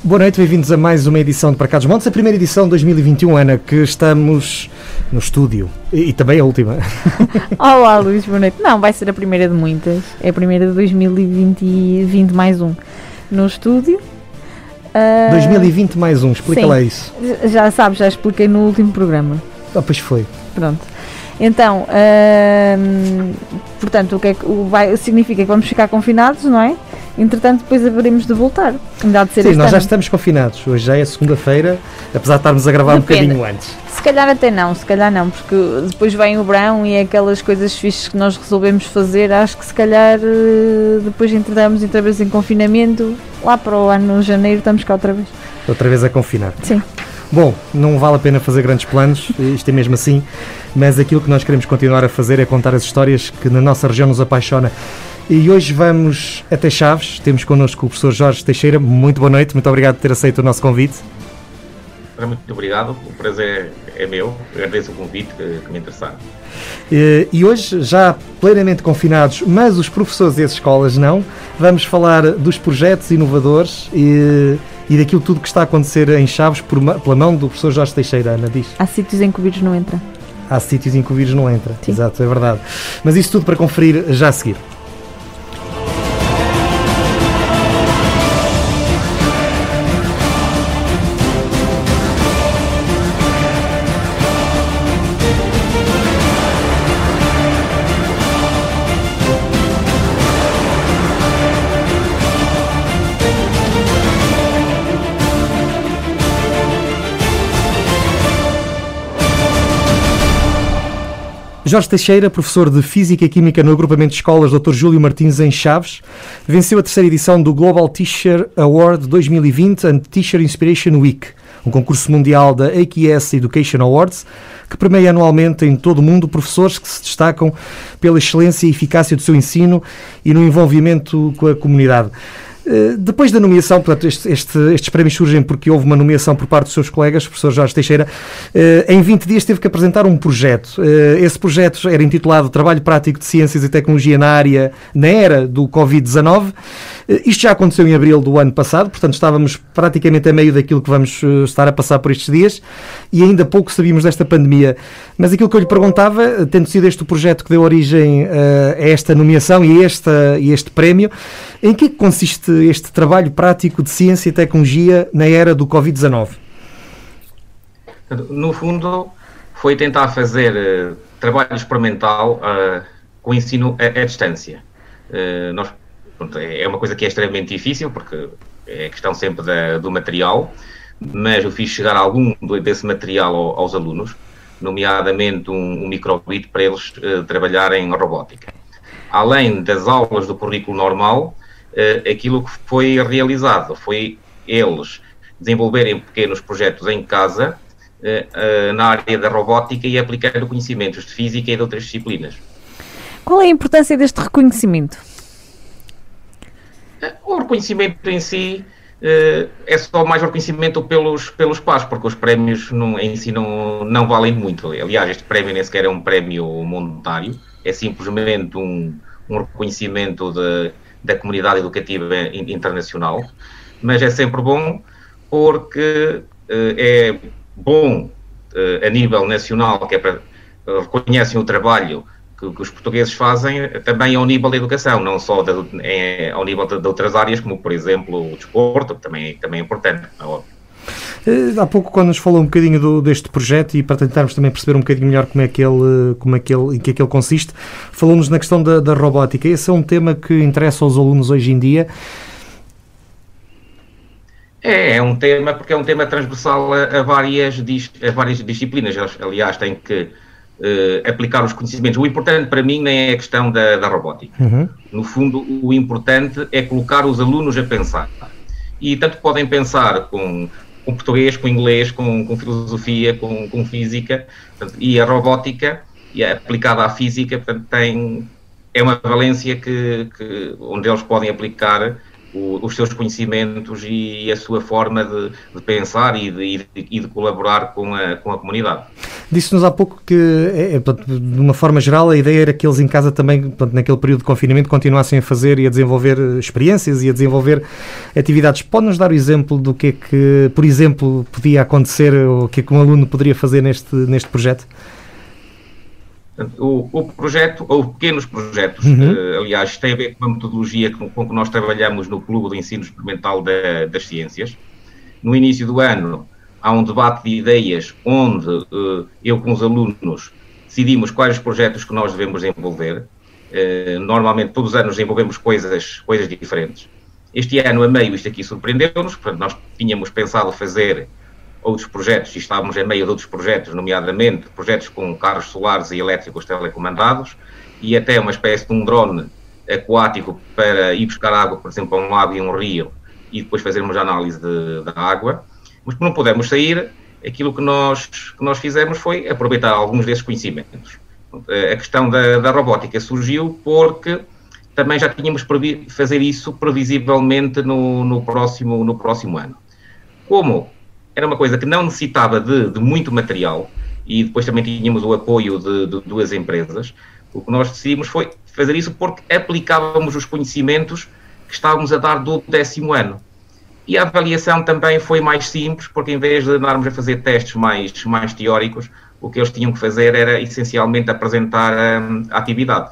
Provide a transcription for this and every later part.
Boa noite, bem-vindos a mais uma edição de Para Cá dos Montes, a primeira edição de 2021, Ana, que estamos no estúdio e também a última. Olá, Luís, boa noite. Não, vai ser a primeira de muitas, é a primeira de 2020 mais um no estúdio. 2020 mais um, explica sim, lá isso. Já sabes, já expliquei no último programa. Pois foi. Pronto. Então, portanto, o que é que significa que vamos ficar confinados, não é? Entretanto, depois haveremos de voltar. Ainda há de ser. Sim, nós já ano. estamos confinados. Hoje já é segunda-feira, apesar de estarmos a gravar Depende. um bocadinho antes. Se calhar não, porque depois vem o verão e aquelas coisas fixes que nós resolvemos fazer, acho que se calhar depois entramos outra vez em confinamento, lá para o ano de janeiro estamos cá outra vez. Outra vez a confinar. Sim. Bom, não vale a pena fazer grandes planos, isto é mesmo assim, mas aquilo que nós queremos continuar a fazer é contar as histórias que na nossa região nos apaixona. E hoje vamos até Chaves, temos connosco o professor Jorge Teixeira. Muito boa noite, muito obrigado por ter aceito o nosso convite. Muito obrigado, o prazer é meu, agradeço o convite que me interessaram. E hoje, já plenamente confinados, mas os professores das escolas não, vamos falar dos projetos inovadores e daquilo tudo que está a acontecer em Chaves pela mão do professor Jorge Teixeira. Ana, diz. Há sítios em que o vírus não entra. Há sítios em que o vírus não entra, sim. Exato, é verdade. Mas isso tudo para conferir já a seguir. Jorge Teixeira, professor de Física e Química no agrupamento de escolas Dr. Júlio Martins em Chaves, venceu a terceira edição do Global Teacher Award 2020 and Teacher Inspiration Week, um concurso mundial da AQS Education Awards, que premia anualmente em todo o mundo professores que se destacam pela excelência e eficácia do seu ensino e no envolvimento com a comunidade. Depois da nomeação, portanto, estes prémios surgem porque houve uma nomeação por parte dos seus colegas, o professor Jorge Teixeira, em 20 dias teve que apresentar um projeto. Esse projeto era intitulado Trabalho Prático de Ciências e Tecnologia na era do Covid-19. Isto já aconteceu em abril do ano passado, portanto estávamos praticamente a meio daquilo que vamos estar a passar por estes dias e ainda pouco sabíamos desta pandemia. Mas aquilo que eu lhe perguntava, tendo sido este o projeto que deu origem a esta nomeação e este prémio, em que consiste este trabalho prático de ciência e tecnologia na era do Covid-19? No fundo, foi tentar fazer trabalho experimental com ensino à distância. É uma coisa que é extremamente difícil, porque é questão sempre do material, mas eu fiz chegar algum desse material aos alunos, nomeadamente um microbit para eles trabalharem em robótica. Além das aulas do currículo normal, aquilo que foi realizado foi eles desenvolverem pequenos projetos em casa na área da robótica e aplicando conhecimentos de física e de outras disciplinas. Qual é a importância deste reconhecimento? O reconhecimento em si é só mais reconhecimento pelos pares, porque os prémios em si não valem muito. Aliás, este prémio nem sequer é um prémio monetário, é simplesmente um reconhecimento da comunidade educativa internacional, mas é sempre bom porque é bom a nível nacional, que é para reconhecem o trabalho que os portugueses fazem também ao nível da educação, não só ao nível de outras áreas, como por exemplo o desporto, que também é importante, é óbvio. Há pouco, quando nos falou um bocadinho deste projeto e para tentarmos também perceber um bocadinho melhor em que ele consiste, falou-nos na questão da robótica. Esse é um tema que interessa aos alunos hoje em dia? É um tema, porque é um tema transversal a várias disciplinas. Aliás, tem que aplicar os conhecimentos. O importante para mim nem é a questão da robótica. Uhum. No fundo, o importante é colocar os alunos a pensar. E tanto podem pensar com português, com inglês, com filosofia, com física, portanto, e a robótica aplicada à física, portanto, é uma valência onde eles podem aplicar os seus conhecimentos e a sua forma de pensar e de colaborar com a comunidade. Disse-nos há pouco que, de uma forma geral, a ideia era que eles em casa também, portanto, naquele período de confinamento, continuassem a fazer e a desenvolver experiências e a desenvolver atividades. Pode-nos dar o exemplo do que é que, por exemplo, podia acontecer ou o que é que um aluno poderia fazer neste projeto? O projeto, ou pequenos projetos, aliás, tem a ver com a metodologia com que nós trabalhamos no Clube de Ensino Experimental das Ciências. No início do ano há um debate de ideias onde eu com os alunos decidimos quais os projetos que nós devemos desenvolver. Normalmente todos os anos desenvolvemos coisas diferentes. Este ano, a meio, isto aqui surpreendeu-nos, portanto nós tínhamos pensado fazer outros projetos, e estávamos em meio de outros projetos, nomeadamente projetos com carros solares e elétricos telecomandados, e até uma espécie de um drone aquático para ir buscar água, por exemplo, a um lago e a um rio, e depois fazermos a análise da água. Mas como não pudemos sair, aquilo que nós fizemos foi aproveitar alguns desses conhecimentos. A questão da robótica surgiu porque também já tínhamos fazer isso previsivelmente no próximo ano. Como era uma coisa que não necessitava de muito material e depois também tínhamos o apoio de duas empresas, o que nós decidimos foi fazer isso porque aplicávamos os conhecimentos que estávamos a dar do 10º ano. E a avaliação também foi mais simples, porque em vez de andarmos a fazer testes mais teóricos, o que eles tinham que fazer era essencialmente apresentar a atividade.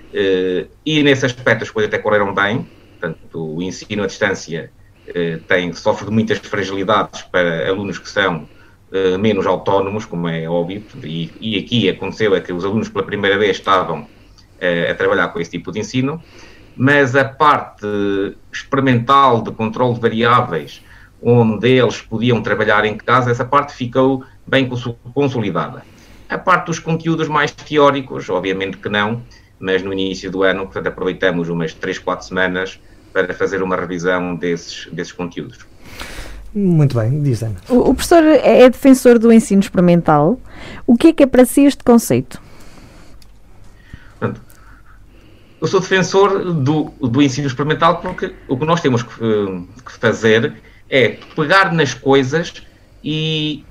E nesse aspecto as coisas até correram bem, portanto o ensino à distância sofre de muitas fragilidades para alunos que são menos autónomos, como é óbvio, e aqui aconteceu que os alunos pela primeira vez estavam a trabalhar com esse tipo de ensino, mas a parte experimental de controle de variáveis, onde eles podiam trabalhar em casa, essa parte ficou bem consolidada. A parte dos conteúdos mais teóricos, obviamente que não, mas no início do ano, portanto, aproveitamos umas 3-4 semanas para fazer uma revisão desses conteúdos. Muito bem, diz Ana. O professor é defensor do ensino experimental. O que é para si este conceito? Portanto, eu sou defensor do ensino experimental porque o que nós temos que fazer é pegar nas coisas e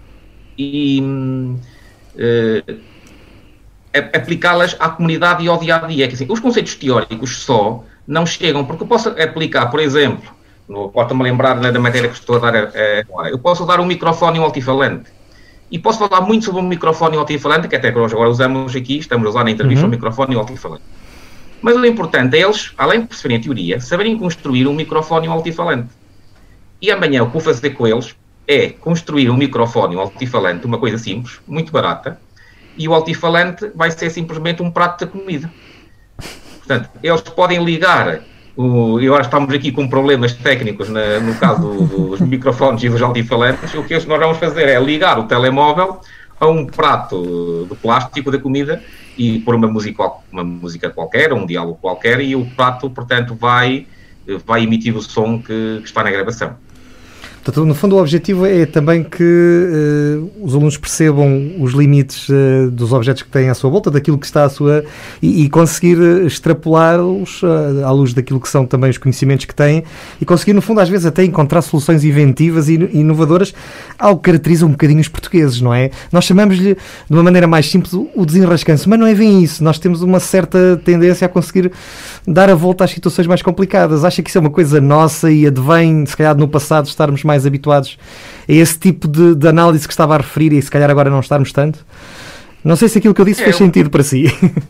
aplicá-las à comunidade e ao dia-a-dia. Assim, os conceitos teóricos só não chegam, porque eu posso aplicar, por exemplo, posso-me lembrar da matéria que estou a dar agora, eu posso dar um microfone e um altifalante. E posso falar muito sobre um microfone e um altifalante, que até que nós agora usamos aqui, estamos a usar na entrevista o microfone e o altifalante. Mas o importante é eles, além de perceberem a teoria, saberem construir um microfone e um altifalante. E amanhã o que vou fazer com eles é construir um microfone e um altifalante, uma coisa simples, muito barata, e o altifalante vai ser simplesmente um prato de comida. Portanto, eles podem ligar, e agora estamos aqui com problemas técnicos no caso dos microfones e dos altifalantes, o que nós vamos fazer é ligar o telemóvel a um prato de plástico da comida e pôr uma música qualquer, um diálogo qualquer, e o prato, portanto, vai emitir o som que está na gravação. Portanto, no fundo, o objetivo é também que os alunos percebam os limites dos objetos que têm à sua volta, daquilo que está à sua... e conseguir extrapolá-los à luz daquilo que são também os conhecimentos que têm e conseguir, no fundo, às vezes até encontrar soluções inventivas e inovadoras, algo que caracteriza um bocadinho os portugueses, não é? Nós chamamos-lhe, de uma maneira mais simples, o desenrascanço, mas não é bem isso. Nós temos uma certa tendência a conseguir dar a volta às situações mais complicadas. Acha que isso é uma coisa nossa e advém, se calhar, no passado estarmos mais habituados a esse tipo de análise que estava a referir e se calhar agora não estarmos tanto? Não sei se aquilo que eu disse fez sentido para si.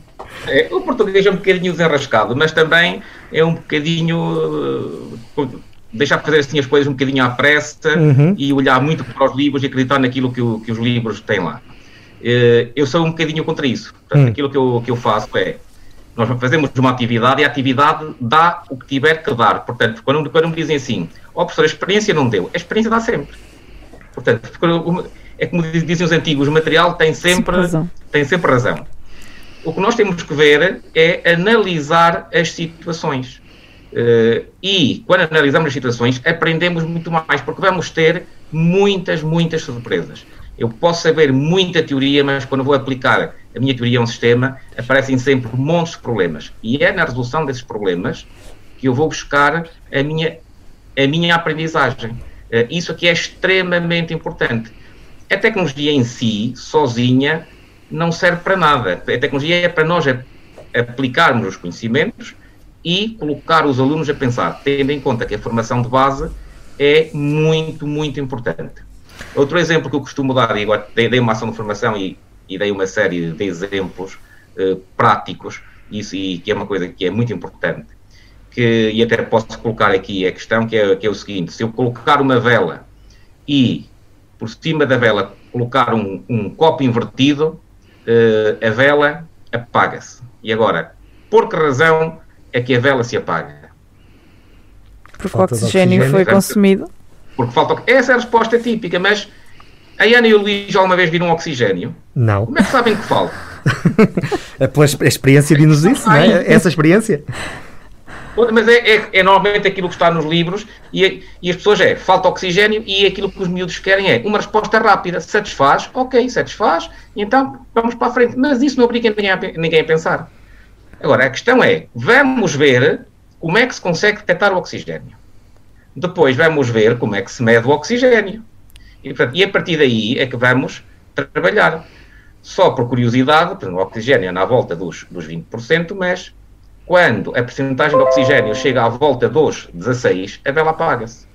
O português é um bocadinho desenrascado, mas também é um bocadinho... deixar de fazer assim as coisas um bocadinho à pressa e olhar muito para os livros e acreditar naquilo que os livros têm lá. Eu sou um bocadinho contra isso. Portanto, aquilo que eu faço é... Nós fazemos uma atividade e a atividade dá o que tiver que dar. Portanto, quando me dizem assim, professor, a experiência não deu, a experiência dá sempre. Portanto, é como dizem os antigos, o material tem sempre razão. O que nós temos que ver é analisar as situações. E, quando analisamos as situações, aprendemos muito mais, porque vamos ter muitas surpresas. Eu posso saber muita teoria, mas quando vou aplicar a minha teoria a um sistema, aparecem sempre montes de problemas. E é na resolução desses problemas que eu vou buscar a minha a minha aprendizagem. Isso aqui é extremamente importante. A tecnologia em si, sozinha, não serve para nada. A tecnologia é para nós aplicarmos os conhecimentos e colocar os alunos a pensar, tendo em conta que a formação de base é muito, muito importante. Outro exemplo que eu costumo dar, e agora dei uma ação de formação e dei uma série de exemplos práticos, isso, e que é uma coisa que é muito importante, e até posso colocar aqui a questão, que é o seguinte: se eu colocar uma vela e por cima da vela colocar um copo invertido, a vela apaga-se. E agora, por que razão é que a vela se apaga? Porque o oxigênio foi consumido. Porque falta. Essa é a resposta típica, mas a Ana e o Luís já uma vez viram oxigênio? Não. Como é que sabem que falta? Pela experiência diz-nos isso, não é? Essa experiência. Mas é normalmente aquilo que está nos livros e as pessoas falta oxigênio, e aquilo que os miúdos querem é uma resposta rápida. Satisfaz? Ok, satisfaz, então vamos para a frente. Mas isso não obriga ninguém a pensar. Agora, a questão é, vamos ver como é que se consegue detectar o oxigênio. Depois vamos ver como é que se mede o oxigênio. E a partir daí é que vamos trabalhar. Só por curiosidade, o oxigênio é na volta dos 20%, mas quando a percentagem de oxigênio chega à volta dos 16%, a vela apaga-se.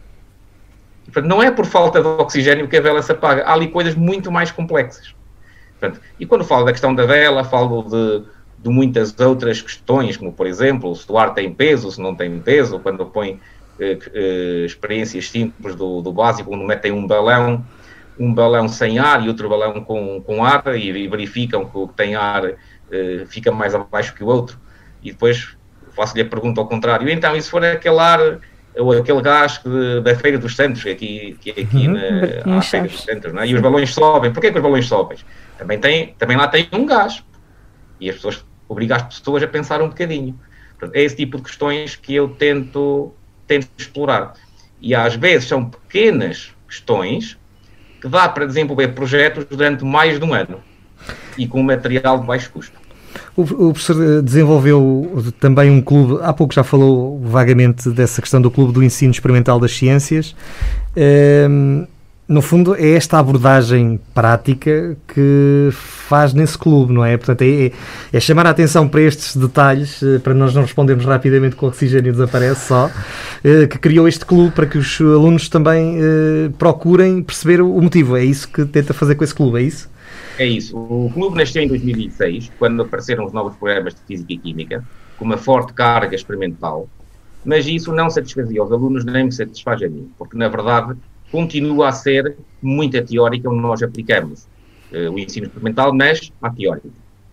Não é por falta de oxigênio que a vela se apaga. Há ali coisas muito mais complexas. E quando falo da questão da vela, falo de muitas outras questões, como, por exemplo, se o ar tem peso, se não tem peso, quando põe experiências simples do básico, quando metem um balão sem ar e outro balão com ar, e verificam que o que tem ar fica mais abaixo que o outro. E depois faço-lhe a pergunta ao contrário: então, e se for aquele ar ou aquele gás da Feira dos Santos, que é aqui na Feira dos Santos, não é? E os balões sobem? Porquê que os balões sobem? Também lá tem um gás. E as pessoas obrigam as pessoas a pensar um bocadinho. Portanto, é esse tipo de questões que eu tento explorar. E às vezes são pequenas questões que dá para desenvolver projetos durante mais de um ano e com material de baixo custo. O professor desenvolveu também um clube, há pouco já falou vagamente dessa questão do Clube do Ensino Experimental das Ciências. No fundo, é esta abordagem prática que faz nesse clube, não é? Portanto, é chamar a atenção para estes detalhes, para nós não respondermos rapidamente que o oxigênio desaparece só, que criou este clube para que os alunos também procurem perceber o motivo. É isso que tenta fazer com esse clube, é isso? É isso. O clube nasceu em 2006, quando apareceram os novos programas de Física e Química, com uma forte carga experimental, mas isso não satisfazia os alunos, nem me satisfaz a mim, porque, na verdade, continua a ser muita teórica onde nós aplicamos o ensino experimental, mas à teórica.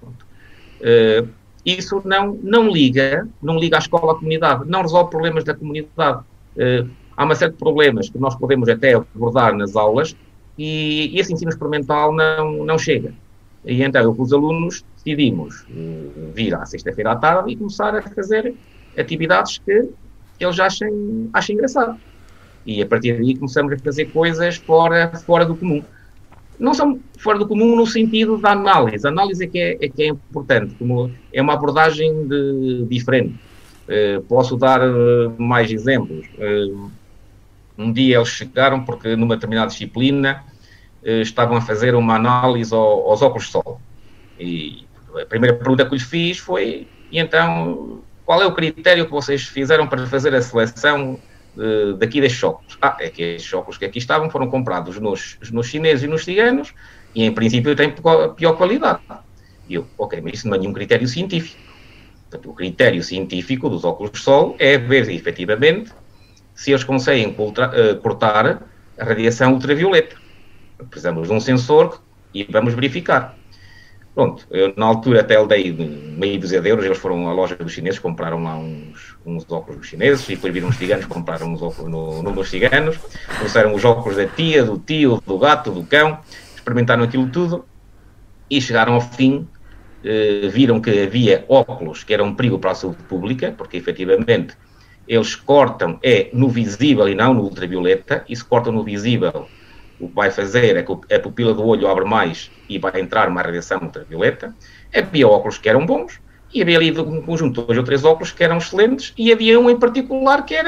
Isso não liga à escola à comunidade, não resolve problemas da comunidade. Há uma série de problemas que nós podemos até abordar nas aulas, e esse ensino experimental não chega. E então, eu com os alunos decidimos vir à sexta-feira à tarde e começar a fazer atividades que eles achem engraçado. E a partir daí começamos a fazer coisas fora do comum. Não são fora do comum no sentido da análise. A análise é que é importante, como é uma abordagem diferente. Posso dar mais exemplos. Um dia eles chegaram porque numa determinada disciplina estavam a fazer uma análise aos óculos de sol. E a primeira pergunta que lhes fiz foi: e então, qual é o critério que vocês fizeram para fazer a seleção daqui destes óculos? É que estes óculos que aqui estavam foram comprados nos chineses e nos ciganos e em princípio têm pior qualidade. E eu, ok, mas isso não é nenhum critério científico. Portanto, o critério científico dos óculos de sol é ver efetivamente se eles conseguem cortar a radiação ultravioleta. Precisamos de um sensor e vamos verificar. Pronto, eu na altura até lhe dei meio dúzia de euros, eles foram à loja dos chineses, compraram lá uns óculos dos chineses, e depois viram os ciganos, compraram uns óculos nos ciganos, trouxeram os óculos da tia, do tio, do gato, do cão, experimentaram aquilo tudo e chegaram ao fim, viram que havia óculos que eram um perigo para a saúde pública, porque efetivamente eles cortam no visível e não no ultravioleta, e se cortam no visível, o que vai fazer é que a pupila do olho abre mais e vai entrar uma radiação ultravioleta. Havia óculos que eram bons, e havia ali um conjunto de 2 ou 3 óculos que eram excelentes, e havia um em particular que eram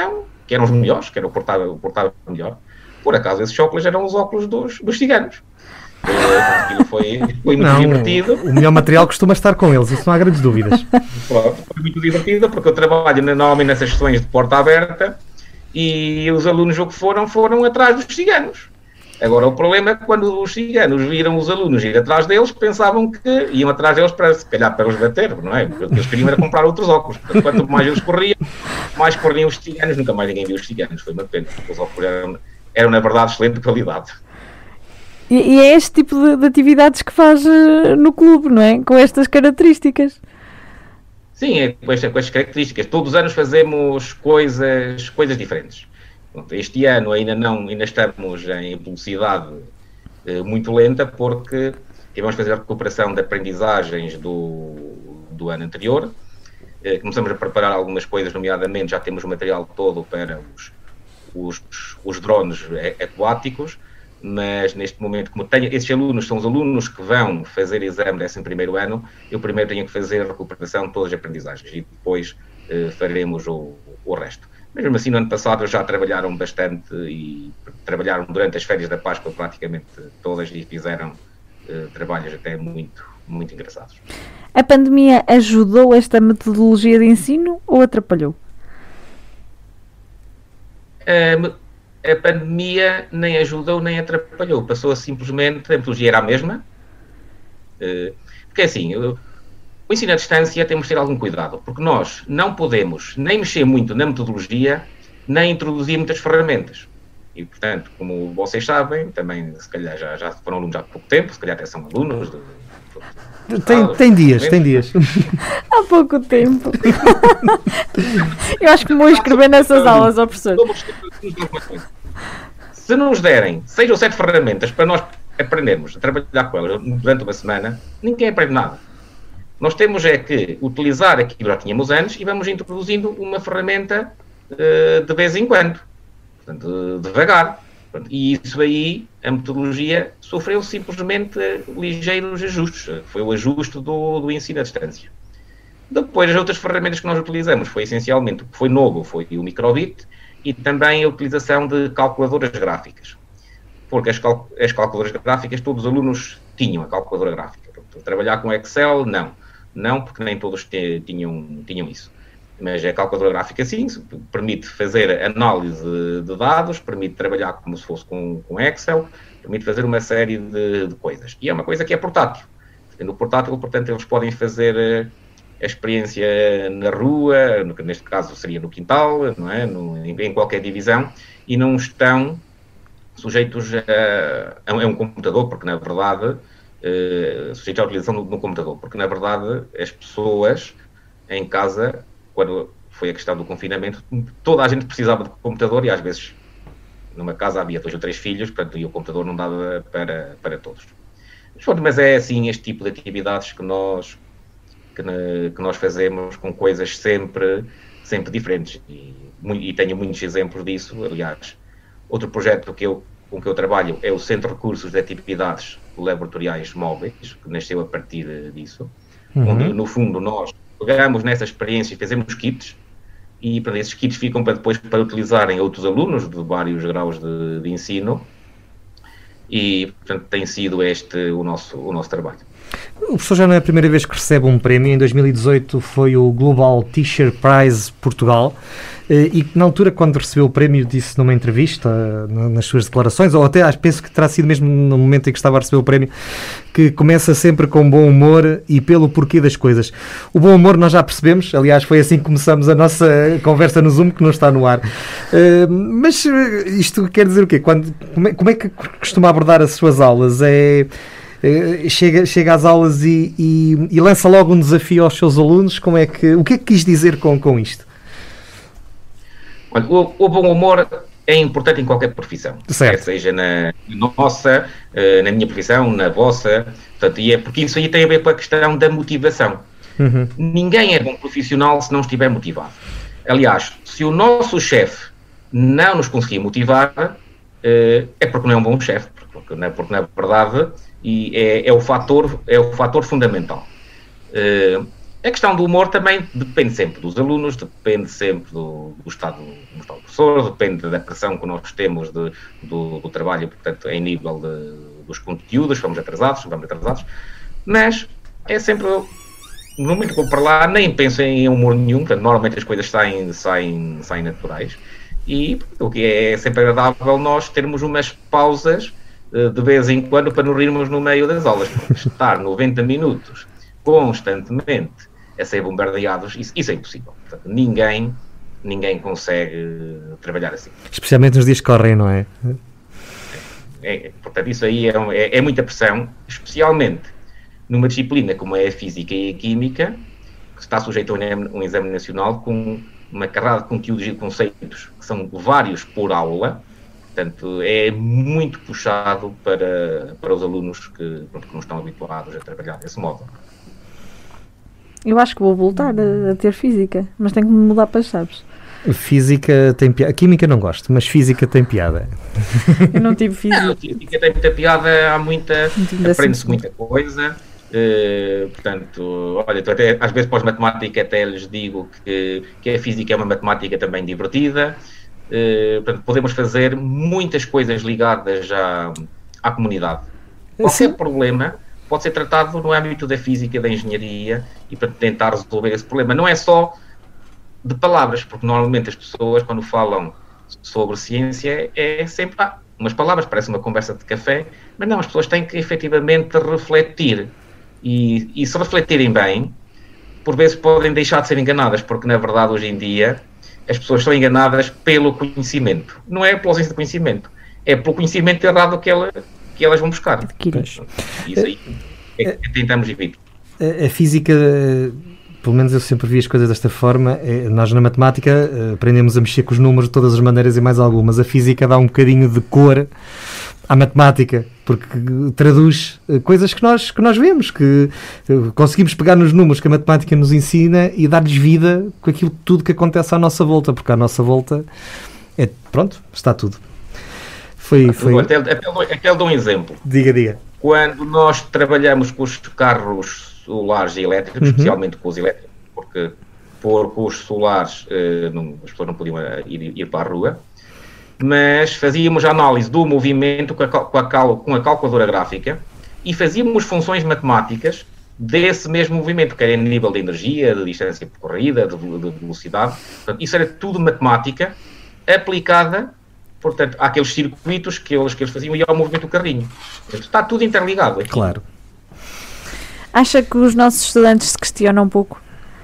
que eram os melhores, que era o portável melhor. Por acaso, esses óculos eram os óculos dos ciganos. Aquilo foi muito divertido. O melhor material costuma estar com eles, isso não há grandes dúvidas. Foi muito divertido, porque eu trabalho normalmente nessas sessões de porta aberta e os alunos o que foram atrás dos ciganos. Agora, o problema é que quando os ciganos viram os alunos ir atrás deles, pensavam que iam atrás deles para, se calhar, para os bater, não é? Porque eles queriam era comprar outros óculos. Portanto, quanto mais eles corriam, mais corriam os ciganos. Nunca mais ninguém viu os ciganos. Foi uma pena, porque os óculos eram na verdade, de excelente qualidade. E é este tipo de atividades que faz no clube, não é? Com estas características. Sim, é com estas características. Todos os anos fazemos coisas diferentes. Este ano ainda estamos em velocidade muito lenta, porque tivemos que fazer a recuperação de aprendizagens do ano anterior. Começamos a preparar algumas coisas, nomeadamente já temos o material todo para os drones aquáticos, mas neste momento, como esses alunos são os alunos que vão fazer exame desse primeiro ano, eu primeiro tenho que fazer a recuperação de todas as aprendizagens e depois faremos o resto. Mas mesmo assim, no ano passado já trabalharam bastante e trabalharam durante as férias da Páscoa praticamente todas e fizeram trabalhos até muito, muito engraçados. A pandemia ajudou esta metodologia de ensino ou atrapalhou? A pandemia nem ajudou nem atrapalhou, passou a simplesmente, a metodologia era a mesma, porque assim, o ensino à distância temos de ter algum cuidado, porque nós não podemos nem mexer muito na metodologia, nem introduzir muitas ferramentas. E, portanto, como vocês sabem, também, se calhar, já foram alunos há pouco tempo, se calhar até são alunos Tem dias. Há pouco tempo. Eu acho que me vou inscrever nessas aulas, ó professor. Se nos derem 6 ou 7 ferramentas para nós aprendermos a trabalhar com elas durante uma semana, ninguém aprende nada. Nós temos é que utilizar aquilo que já tínhamos antes e vamos introduzindo uma ferramenta de vez em quando. Portanto, devagar. E isso aí, a metodologia sofreu simplesmente ligeiros ajustes. Foi o ajuste do ensino à distância. Depois, as outras ferramentas que nós utilizamos foi essencialmente o que foi novo, foi o microbit e também a utilização de calculadoras gráficas. Porque as calculadoras gráficas, todos os alunos tinham a calculadora gráfica. Trabalhar com Excel, não, porque nem todos tinham isso. Mas a calculadora gráfica, sim, permite fazer análise de dados, permite trabalhar como se fosse com Excel, permite fazer uma série de coisas. E é uma coisa que é portátil. Sendo portátil, portanto, eles podem fazer a experiência na rua, neste caso seria no quintal, não é? Em qualquer divisão, e não estão sujeitos a um computador, porque na verdade, sujeitos à utilização no computador, porque na verdade as pessoas em casa, quando foi a questão do confinamento, toda a gente precisava de computador e às vezes numa casa havia 2 ou 3 filhos, portanto, e o computador não dava para todos. Mas é assim este tipo de atividades que nós fazemos com coisas sempre diferentes e tenho muitos exemplos disso. Aliás, outro projeto com que eu trabalho é o Centro de Recursos de Atividades Laboratoriais Móveis, que nasceu a partir disso, onde no fundo nós pegamos nessas experiências e fazemos kits, e para esses kits ficam para utilizarem outros alunos de vários graus de ensino, e portanto tem sido este o nosso trabalho. O professor já não é a primeira vez que recebe um prémio. Em 2018 foi o Global Teacher Prize Portugal, e que na altura, quando recebeu o prémio, disse numa entrevista, nas suas declarações, ou até penso que terá sido mesmo no momento em que estava a receber o prémio, que começa sempre com bom humor e pelo porquê das coisas. O bom humor nós já percebemos, aliás foi assim que começamos a nossa conversa no Zoom, que não está no ar. Mas isto quer dizer o quê? Como é que costuma abordar as suas aulas? Chega às aulas e lança logo um desafio aos seus alunos? O que é que quis dizer com isto? Olha, o bom humor é importante em qualquer profissão, certo. Seja na nossa, na minha profissão, na vossa, portanto, e é porque isso aí tem a ver com a questão da motivação. Ninguém é bom profissional se não estiver motivado. Aliás, se o nosso chefe não nos conseguir motivar, é porque não é um bom chefe, porque na verdade é o fator fundamental. A questão do humor também depende sempre dos alunos, depende sempre do estado do professor, depende da pressão que nós temos do trabalho, portanto, em nível dos conteúdos, vamos atrasados, mas é sempre, no momento que vou para lá, nem penso em humor nenhum, portanto, normalmente as coisas saem naturais, e o que é sempre agradável nós termos umas pausas de vez em quando para nos rirmos no meio das aulas, porque estar 90 minutos constantemente a ser bombardeados, isso é impossível. Portanto, ninguém consegue trabalhar assim. Especialmente nos dias que correm, não é? Portanto, isso aí é muita pressão, especialmente numa disciplina como é a Física e a Química, que está sujeito a um exame nacional com uma carrada de conteúdos e conceitos que são vários por aula. Portanto, é muito puxado para os alunos que não estão habituados a trabalhar desse modo. Eu acho que vou voltar a ter Física, mas tenho que me mudar para Chaves. Física tem piada. A Química não gosto, mas Física tem piada. Eu não tive Física. Não, a Física tem muita piada, aprende-se muita coisa. Portanto, olha, até, às vezes para os matemáticos até lhes digo que a Física é uma matemática também divertida. Portanto, podemos fazer muitas coisas ligadas à comunidade. Qualquer problema pode ser tratado no âmbito da física, da engenharia, e para tentar resolver esse problema. Não é só de palavras, porque normalmente as pessoas, quando falam sobre ciência, é sempre umas palavras, parece uma conversa de café, mas não, as pessoas têm que efetivamente refletir. E se refletirem bem, por vezes podem deixar de ser enganadas, porque na verdade hoje em dia as pessoas são enganadas pelo conhecimento. Não é pela ausência de conhecimento, é pelo conhecimento errado que elas vão buscar. Isso aí é que tentamos evitar. A física, pelo menos eu sempre vi as coisas desta forma, nós na matemática aprendemos a mexer com os números de todas as maneiras e mais algumas. A física dá um bocadinho de cor à matemática, porque traduz coisas que nós vemos, que conseguimos pegar nos números que a matemática nos ensina e dar-lhes vida com aquilo tudo que acontece à nossa volta, porque à nossa volta pronto, está tudo. Até dou um exemplo. Diga. Quando nós trabalhamos com os carros solares e elétricos, especialmente com os elétricos, porque com os solares as pessoas não podiam ir para a rua, mas fazíamos a análise do movimento com a calculadora gráfica e fazíamos funções matemáticas desse mesmo movimento, que era em nível de energia, de distância percorrida, de velocidade. Portanto, isso era tudo matemática aplicada, portanto, àqueles circuitos que eles faziam e ao movimento do carrinho. Portanto, está tudo interligado aqui. Claro. Acha que os nossos estudantes se questionam um pouco?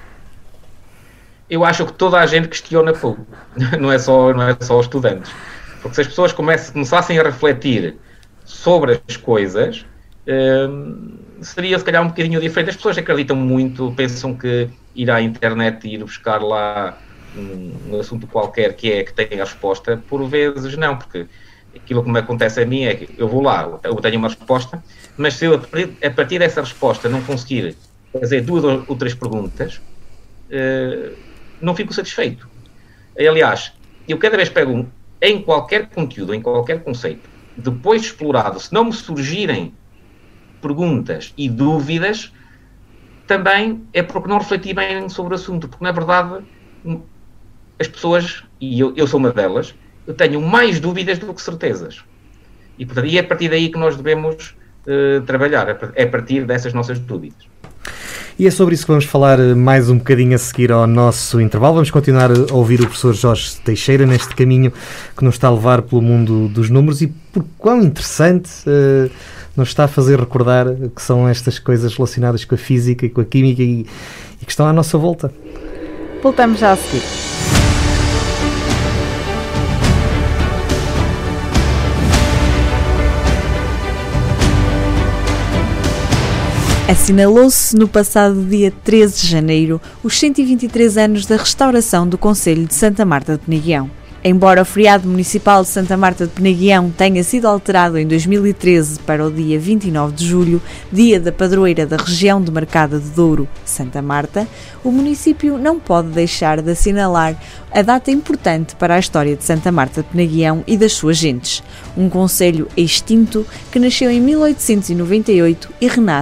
Eu acho que toda a gente questiona pouco, não é só os estudantes. Porque se as pessoas começassem a refletir sobre as coisas, seria se calhar um bocadinho diferente. As pessoas acreditam muito, pensam que ir à internet e ir buscar lá um assunto qualquer que tem a resposta, por vezes não, porque aquilo que me acontece a mim é que eu vou lá, eu tenho uma resposta, mas se eu a partir dessa resposta não conseguir fazer 2 ou 3 perguntas, não fico satisfeito. Aliás, eu cada vez pego em qualquer conteúdo, em qualquer conceito, depois de explorado, se não me surgirem perguntas e dúvidas, também é porque não refleti bem sobre o assunto, porque na verdade as pessoas, e eu sou uma delas, eu tenho mais dúvidas do que certezas. E, portanto, é a partir daí que nós devemos trabalhar, é a partir dessas nossas dúvidas. E é sobre isso que vamos falar mais um bocadinho a seguir ao nosso intervalo. Vamos continuar a ouvir o professor Jorge Teixeira neste caminho que nos está a levar pelo mundo dos números e por quão interessante nos está a fazer recordar que são estas coisas relacionadas com a física e com a química e que estão à nossa volta. Voltamos já a seguir. Assinalou-se no passado dia 13 de janeiro os 123 anos da restauração do concelho de Santa Marta de Penaguião. Embora o feriado municipal de Santa Marta de Penaguião tenha sido alterado em 2013 para o dia 29 de julho, dia da padroeira da região demarcada de Douro, Santa Marta, o município não pode deixar de assinalar a data importante para a história de Santa Marta de Penaguião e das suas gentes. Um concelho extinto que nasceu em 1898 e renasce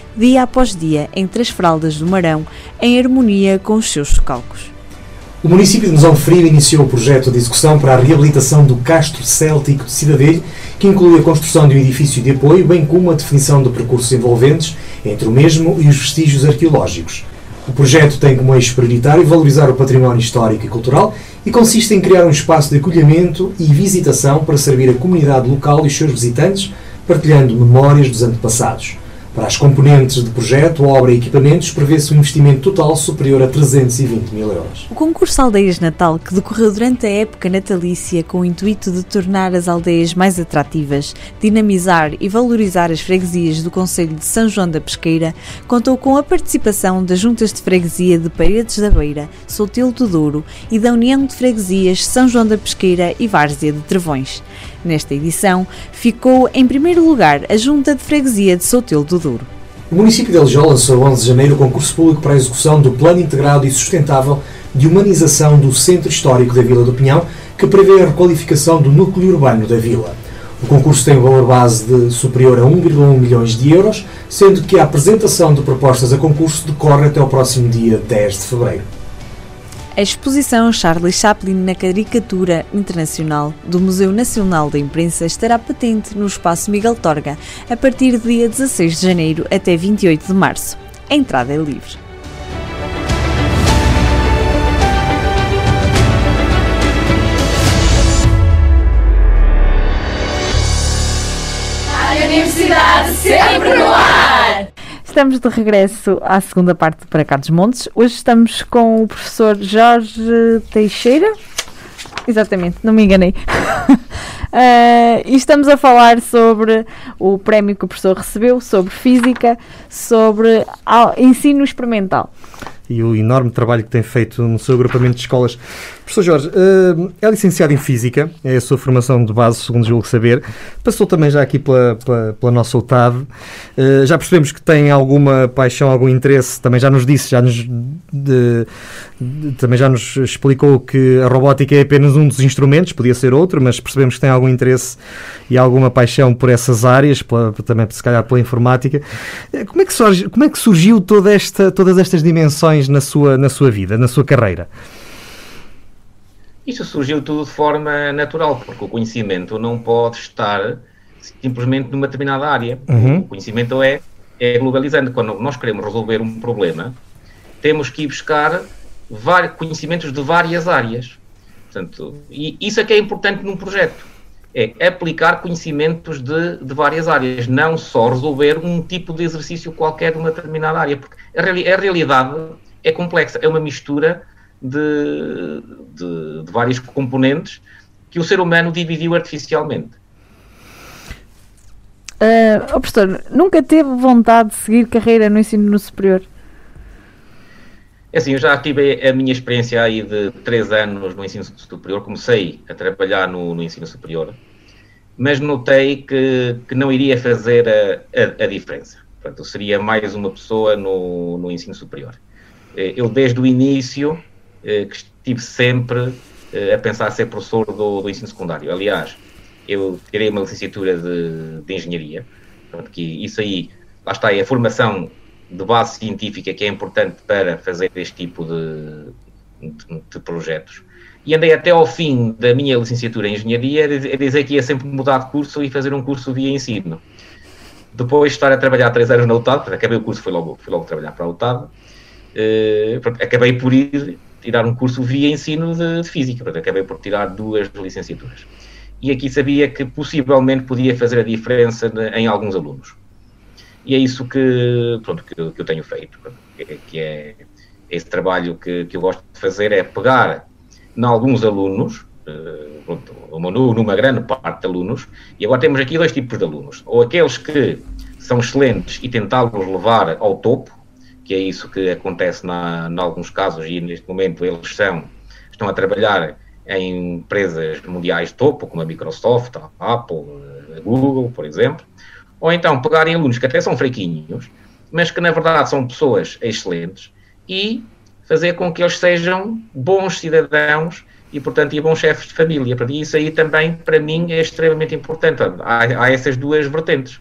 dia após dia, entre as fraldas do Marão, em harmonia com os seus socalcos. O município de Mesão Frio iniciou o projeto de execução para a reabilitação do Castro Céltico de Cidadelho, que inclui a construção de um edifício de apoio, bem como a definição de percursos envolventes entre o mesmo e os vestígios arqueológicos. O projeto tem como eixo prioritário valorizar o património histórico e cultural e consiste em criar um espaço de acolhimento e visitação para servir a comunidade local e os seus visitantes, partilhando memórias dos antepassados. Para as componentes de projeto, obra e equipamentos, prevê-se um investimento total superior a 320 mil euros. O concurso Aldeias Natal, que decorreu durante a época natalícia com o intuito de tornar as aldeias mais atrativas, dinamizar e valorizar as freguesias do concelho de São João da Pesqueira, contou com a participação das juntas de freguesia de Paredes da Beira, Soutelo do Douro e da União de Freguesias São João da Pesqueira e Várzea de Trevões. Nesta edição, ficou em primeiro lugar a Junta de Freguesia de Soutelo do Douro. O município de Aljó lançou 11 de janeiro o concurso público para a execução do Plano Integrado e Sustentável de Humanização do Centro Histórico da Vila do Pinhão, que prevê a requalificação do núcleo urbano da vila. O concurso tem um valor base superior a 1,1 milhões de euros, sendo que a apresentação de propostas a concurso decorre até ao próximo dia 10 de fevereiro. A exposição Charlie Chaplin na Caricatura Internacional do Museu Nacional da Imprensa estará patente no Espaço Miguel Torga a partir do dia 16 de janeiro até 28 de março. A entrada é livre. A Universidade sempre no ar! Estamos de regresso à segunda parte do Para Cá dos Montes. Hoje estamos com o professor Jorge Teixeira. Exatamente, não me enganei. E estamos a falar sobre o prémio que o professor recebeu, sobre física, sobre ensino experimental. E o enorme trabalho que tem feito no seu agrupamento de escolas. Professor Jorge, é licenciado em Física, é a sua formação de base, segundo julgo saber. Passou também já aqui pela nossa UTAD. Já percebemos que tem alguma paixão, algum interesse, também já nos disse, também já nos explicou que a robótica é apenas um dos instrumentos, podia ser outro, mas percebemos que tem algum interesse e alguma paixão por essas áreas, também se calhar pela informática. Como é que surgiu todas estas dimensões na sua vida, na sua carreira? Isso surgiu tudo de forma natural, porque o conhecimento não pode estar simplesmente numa determinada área. O conhecimento é globalizando. Quando nós queremos resolver um problema, temos que ir buscar conhecimentos de várias áreas. Portanto, e isso é que é importante num projeto. É aplicar conhecimentos de várias áreas, não só resolver um tipo de exercício qualquer de uma determinada área, porque a realidade é complexa, é uma mistura de vários componentes que o ser humano dividiu artificialmente. Professor, nunca teve vontade de seguir carreira no ensino superior? É assim, eu já tive a minha experiência aí de 3 anos no ensino superior, comecei a trabalhar no ensino superior, mas notei que não iria fazer a diferença. Portanto, eu seria mais uma pessoa no ensino superior. Eu, desde o início, que estive sempre a pensar ser professor do ensino secundário. Aliás, eu tirei uma licenciatura de Engenharia, portanto, que isso aí, lá está, é a formação de base científica que é importante para fazer este tipo de projetos. E andei até ao fim da minha licenciatura em Engenharia a dizer que ia sempre mudar de curso e fazer um curso via ensino. Depois de estar a trabalhar 3 anos na UTAD, acabei o curso, fui logo trabalhar para a UTAD, acabei por tirar um curso via ensino de Física, acabei por tirar 2 licenciaturas. E aqui sabia que possivelmente podia fazer a diferença em alguns alunos. E é isso que eu tenho feito, que é esse trabalho que eu gosto de fazer, é pegar em alguns alunos, numa grande parte de alunos, e agora temos aqui 2 tipos de alunos, ou aqueles que são excelentes e tentá-los levar ao topo, que é isso que acontece em alguns casos, e neste momento eles estão a trabalhar em empresas mundiais de topo, como a Microsoft, a Apple, a Google, por exemplo, ou então pegarem alunos que até são fraquinhos, mas que na verdade são pessoas excelentes, e fazer com que eles sejam bons cidadãos e, portanto, bons chefes de família. E isso aí também, para mim, é extremamente importante. Há essas 2 vertentes.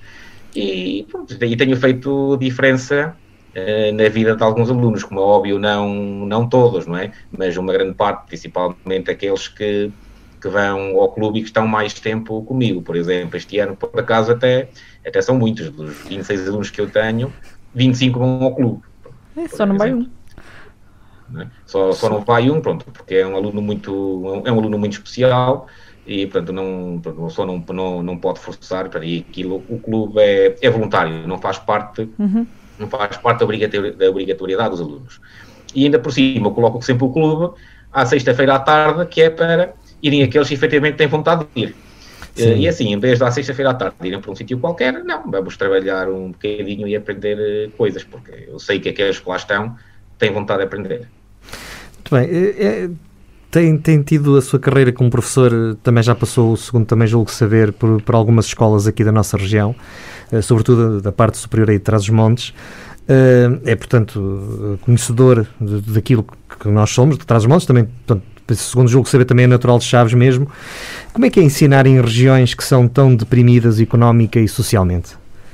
e pronto, daí tenho feito diferença na vida de alguns alunos, como é óbvio, não todos, não é? Mas uma grande parte, principalmente aqueles que vão ao clube e que estão mais tempo comigo. Por exemplo, este ano, por acaso, até são muitos, dos 26 alunos que eu tenho, 25 vão ao clube. Só não vai um. Não é? Só não vai um, pronto, porque é um aluno muito especial e, portanto, não pode forçar, e aquilo, o clube é voluntário, não faz parte da obrigatoriedade dos alunos. E ainda por cima, eu coloco sempre o clube à sexta-feira à tarde, que é para irem aqueles que efetivamente têm vontade de ir. E assim, em vez de à sexta-feira à tarde irem para um sítio qualquer, não, vamos trabalhar um bocadinho e aprender coisas, porque eu sei que aqueles que lá estão têm vontade de aprender. Muito bem. Tem tido a sua carreira como professor, também já passou, segundo também julgo saber, por algumas escolas aqui da nossa região, sobretudo da parte superior aí de Trás-os-Montes. É, portanto, conhecedor daquilo que nós somos, de Trás-os-Montes, também, portanto, segundo julgo saber, também é natural de Chaves mesmo. Como é que é ensinar em regiões que são tão deprimidas económica e socialmente?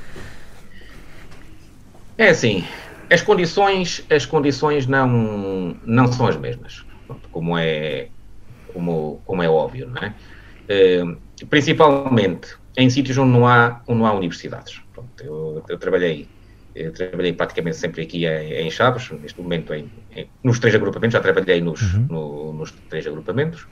É assim, as condições não são as mesmas, como é óbvio, não é? Principalmente em sítios onde não há universidades. Pronto, eu trabalhei praticamente sempre aqui em Chaves, neste momento nos 3 agrupamentos, já trabalhei nos 3 agrupamentos.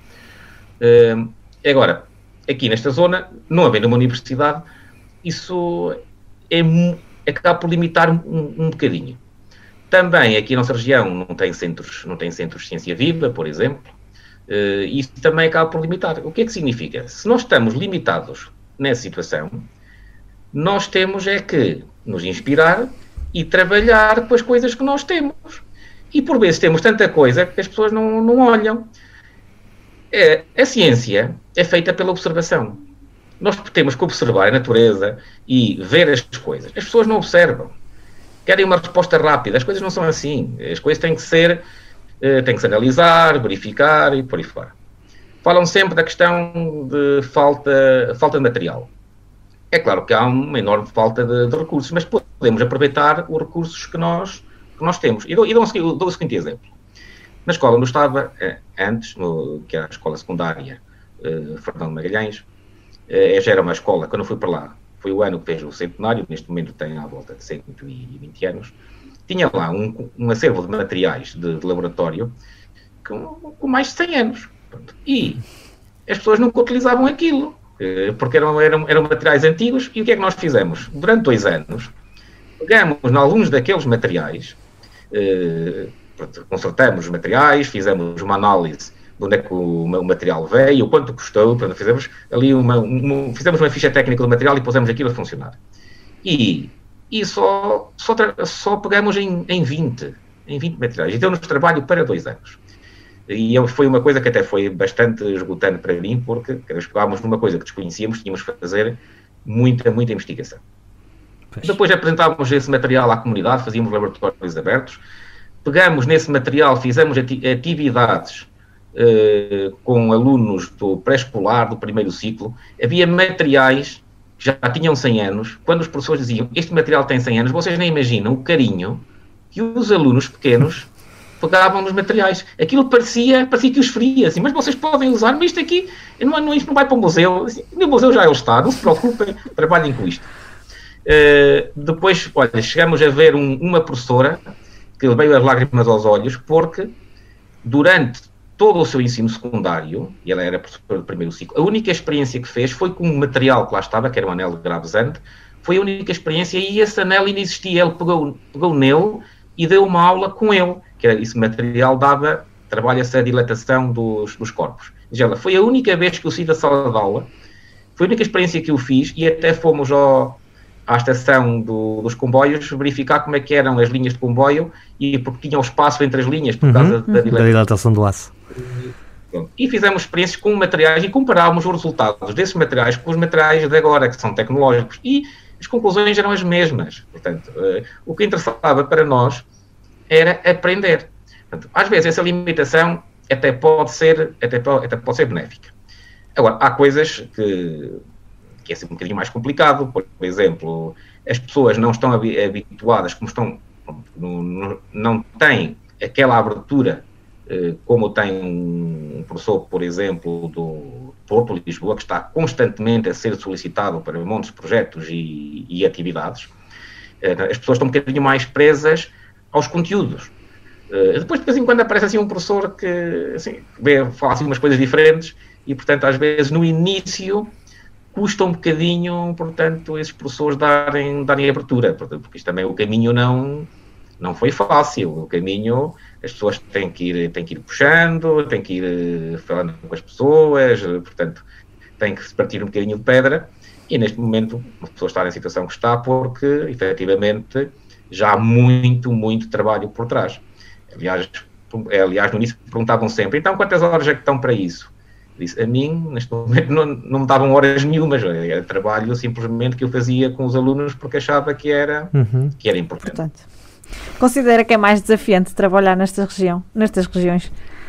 Agora, aqui nesta zona, não havendo uma universidade, isso acaba por limitar um bocadinho. Também aqui a nossa região não tem centros de ciência viva, por exemplo, e isso também acaba por limitar. O que é que significa? Se nós estamos limitados nessa situação, nós temos que nos inspirar e trabalhar com as coisas que nós temos. E por vezes temos tanta coisa que as pessoas não olham. A ciência é feita pela observação. Nós temos que observar a natureza e ver as coisas. As pessoas não observam. Querem uma resposta rápida. As coisas não são assim. As coisas têm que se analisar, verificar e por aí fora. Falam sempre da questão de falta de material. É claro que há uma enorme falta de recursos, mas podemos aproveitar os recursos que nós temos. E dou o seguinte exemplo. Na escola onde eu estava antes, que era a escola secundária Fernão de Magalhães, já era uma escola, quando eu fui para lá, foi o ano que fez o centenário, neste momento tem à volta de 120 anos, tinha lá um acervo de materiais de laboratório com mais de 100 anos. E as pessoas nunca utilizavam aquilo, porque eram materiais antigos, e o que é que nós fizemos? Durante 2 anos, pegamos em alguns daqueles materiais, consertamos os materiais, fizemos uma análise de onde é que o material veio, o quanto custou, fizemos ali fizemos uma ficha técnica do material e pusemos aquilo a funcionar. E só pegamos em 20 materiais, e deu-nos trabalho para 2 anos. E foi uma coisa que até foi bastante esgotante para mim, porque pegámos numa coisa que desconhecíamos, tínhamos que fazer muita investigação. Pois. Depois apresentávamos esse material à comunidade, fazíamos laboratórios abertos, pegamos nesse material, fizemos atividades com alunos do pré-escolar, do primeiro ciclo. Havia materiais que já tinham 100 anos. Quando os professores diziam, este material tem 100 anos, vocês nem imaginam o carinho que os alunos pequenos pegavam nos materiais. Aquilo parecia que os feria, assim, mas vocês podem usar, mas isto aqui, isto não vai para o museu. Assim, no museu já ele está, não se preocupem, trabalhem com isto. Depois, olha, chegamos a ver uma professora que veio as lágrimas aos olhos, porque durante todo o seu ensino secundário, e ela era professora do primeiro ciclo, a única experiência que fez foi com um material que lá estava, que era um anel gravesante, foi a única experiência, e esse anel ainda existia. Ele pegou nele e deu uma aula com ele, que era, esse material trabalha-se a dilatação dos corpos. Ela foi a única vez que eu saí da sala de aula, foi a única experiência que eu fiz, e até fomos à estação dos comboios verificar como é que eram as linhas de comboio, e porque tinham espaço entre as linhas por causa da dilatação do aço. E fizemos experiências com materiais e comparámos os resultados desses materiais com os materiais de agora, que são tecnológicos, e as conclusões eram as mesmas. Portanto, o que interessava para nós era aprender. Portanto, às vezes essa limitação até pode ser benéfica. Agora, há coisas que é sempre um bocadinho mais complicado. Por exemplo, as pessoas não estão habituadas, como estão, não têm aquela abertura como tem um professor, por exemplo, do Porto, Lisboa, que está constantemente a ser solicitado para montes de projetos e atividades. As pessoas estão um bocadinho mais presas aos conteúdos. Depois, de vez em quando, aparece assim um professor que assim, fala assim umas coisas diferentes e, portanto, às vezes, no início, custa um bocadinho, portanto, esses professores darem abertura, porque isto também, o caminho não foi fácil. O caminho, as pessoas têm que ir puxando, têm que ir falando com as pessoas, portanto, tem que se partir um bocadinho de pedra, e neste momento a pessoa está na situação que está porque, efetivamente, já há muito, muito trabalho por trás. Aliás, no início perguntavam sempre, então quantas horas é que estão para isso? Disse, a mim, neste momento, não me davam horas nenhumas, era trabalho simplesmente que eu fazia com os alunos porque achava que era importante. Portanto, considera que é mais desafiante trabalhar nestas regiões?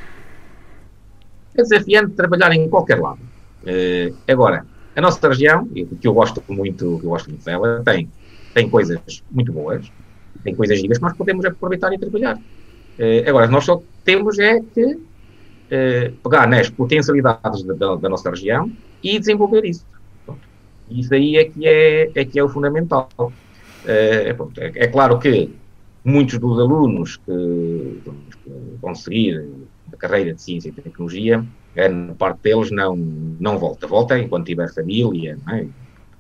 É desafiante trabalhar em qualquer lado. Agora, a nossa região, que eu gosto muito dela, tem coisas muito boas, tem coisas gigas que nós podemos aproveitar e trabalhar. Agora, nós só temos que pegar nas potencialidades da nossa região e desenvolver isso. Pronto. Isso aí é que é o fundamental. É claro que muitos dos alunos que vão seguir a carreira de Ciência e Tecnologia, grande parte deles não volta enquanto tiver família, não é?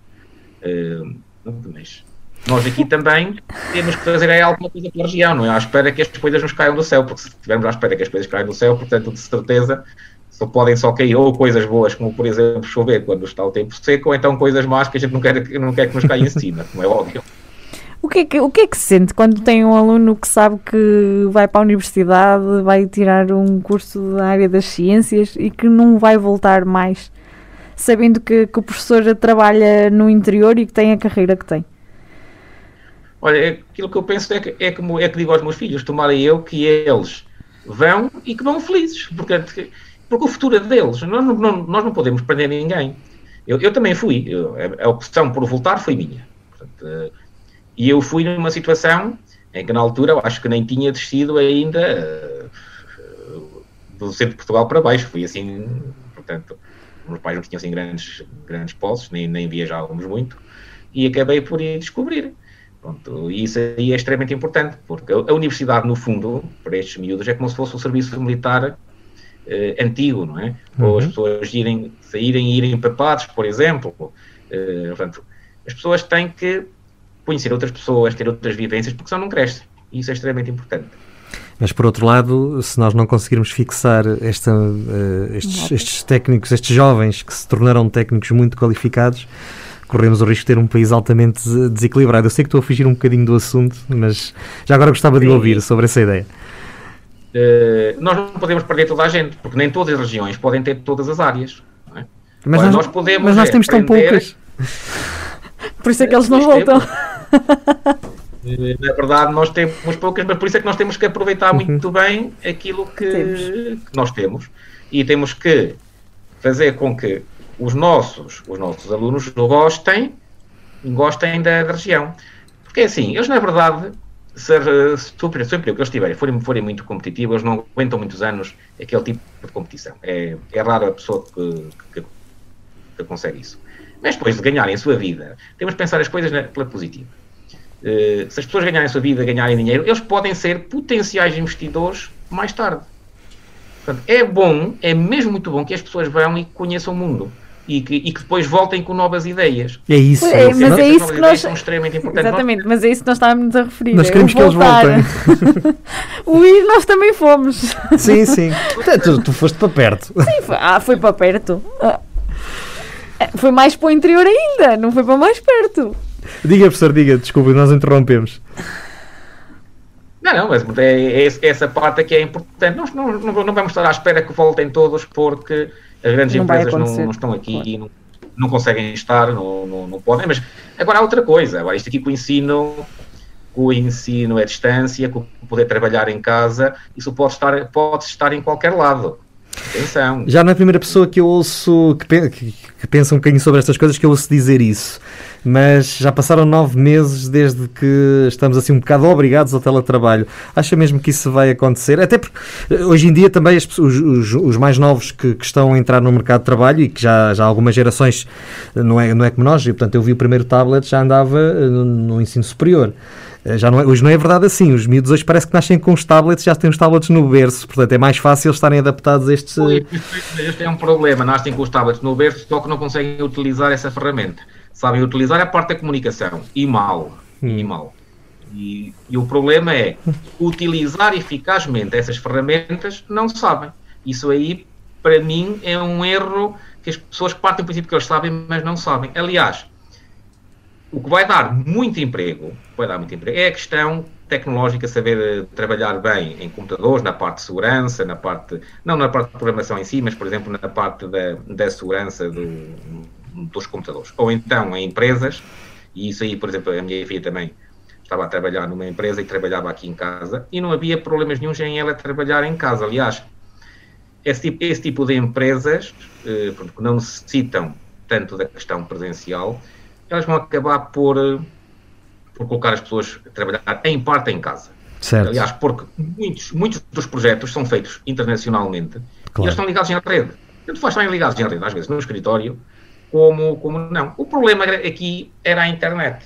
Mas nós aqui também temos que fazer alguma coisa pela região, não é? À espera que as coisas nos caiam do céu, porque se estivermos à espera que as coisas caiam do céu, portanto, de certeza, podem só cair ou coisas boas, como por exemplo chover quando está o tempo seco, ou então coisas más que a gente não quer que nos caia em cima, como é óbvio. O que é que se sente quando tem um aluno que sabe que vai para a universidade, vai tirar um curso da área das ciências e que não vai voltar mais, sabendo que o professor trabalha no interior e que tem a carreira que tem? Olha, aquilo que eu penso é que digo aos meus filhos, tomara eu que eles vão e que vão felizes, porque o futuro é deles. Nós não podemos prender ninguém. Eu também fui, a opção por voltar foi minha. Portanto, e eu fui numa situação em que na altura eu acho que nem tinha descido ainda do centro de Portugal para baixo. Fui assim, portanto, os meus pais não tinham assim grandes posses, nem viajávamos muito, e acabei por ir descobrir. Pronto, e isso aí é extremamente importante, porque a universidade, no fundo, para estes miúdos, é como se fosse o serviço militar antigo, não é? Ou as pessoas saírem e irem empapados, por exemplo. Portanto, as pessoas têm que conhecer outras pessoas, ter outras vivências, porque senão não crescem. E isso é extremamente importante. Mas, por outro lado, se nós não conseguirmos fixar estes técnicos, estes jovens que se tornaram técnicos muito qualificados, corremos o risco de ter um país altamente desequilibrado. Eu sei que estou a fugir um bocadinho do assunto, mas já agora gostava de ouvir sobre essa ideia. Nós não podemos perder toda a gente, porque nem todas as regiões podem ter todas as áreas. Não é? Mas nós temos tão poucas. Por isso é que eles não voltam. Na verdade, nós temos poucas, mas por isso é que nós temos que aproveitar muito bem aquilo que nós temos, e temos que fazer com que os nossos alunos gostem da região. Porque é assim, eles na verdade, sempre que eles forem muito competitivos, eles não aguentam muitos anos aquele tipo de competição. É raro a pessoa que consegue isso. Mas depois de ganharem a sua vida, temos de pensar as coisas pela positiva. Se as pessoas ganharem a sua vida, ganharem dinheiro, eles podem ser potenciais investidores mais tarde. Portanto, é mesmo muito bom que as pessoas vão e conheçam o mundo. E que depois voltem com novas ideias. É isso. Mas é isso que nós... são extremamente importantes. Exatamente, mas é isso que nós estávamos a referir. Nós queremos que eles voltem. O ir nós também fomos. Sim. Portanto, tu foste para perto. Sim, foi para perto. Foi mais para o interior ainda, não foi para mais perto. Diga, professor, desculpe, nós interrompemos. Não, mas é essa parte que é importante. Nós não vamos estar à espera que voltem todos, porque as grandes empresas não estão aqui e não conseguem estar, não podem. Mas agora há outra coisa. Agora, isto aqui com o ensino à distância, com o poder trabalhar em casa, isso pode estar em qualquer lado. Atenção. Já não é a primeira pessoa que eu ouço que pensa um bocadinho sobre estas coisas que eu ouço dizer isso. mas já passaram 9 meses desde que estamos assim um bocado obrigados ao teletrabalho. Acha mesmo que isso vai acontecer? Até porque hoje em dia também os mais novos que estão a entrar no mercado de trabalho e que já há algumas gerações, não é como nós, e, portanto eu vi o primeiro tablet, já andava no ensino superior. Hoje não é verdade assim, os miúdos hoje parece que nascem com os tablets, já têm os tablets no berço, portanto é mais fácil estarem adaptados a estes... Este é um problema, nascem com os tablets no berço, só que não conseguem utilizar essa ferramenta. Sabem utilizar a parte da comunicação, e mal. E o problema é, utilizar eficazmente essas ferramentas, não sabem. Isso aí, para mim, é um erro que as pessoas partem do princípio que eles sabem, mas não sabem. Aliás, o que vai dar muito emprego é a questão tecnológica, saber trabalhar bem em computadores, na parte de segurança, não na parte de programação em si, mas, por exemplo, na parte da segurança dos computadores. Ou então em empresas, e isso aí, por exemplo, a minha filha também estava a trabalhar numa empresa e trabalhava aqui em casa, e não havia problemas nenhum em ela trabalhar em casa. Aliás, esse tipo de empresas, que não necessitam tanto da questão presencial, elas vão acabar por colocar as pessoas a trabalhar em parte em casa. Certo. Aliás, porque muitos dos projetos são feitos internacionalmente, claro, e eles estão ligados em rede. Tanto faz estarem ligados em rede, às vezes no escritório, como não. O problema aqui era a internet.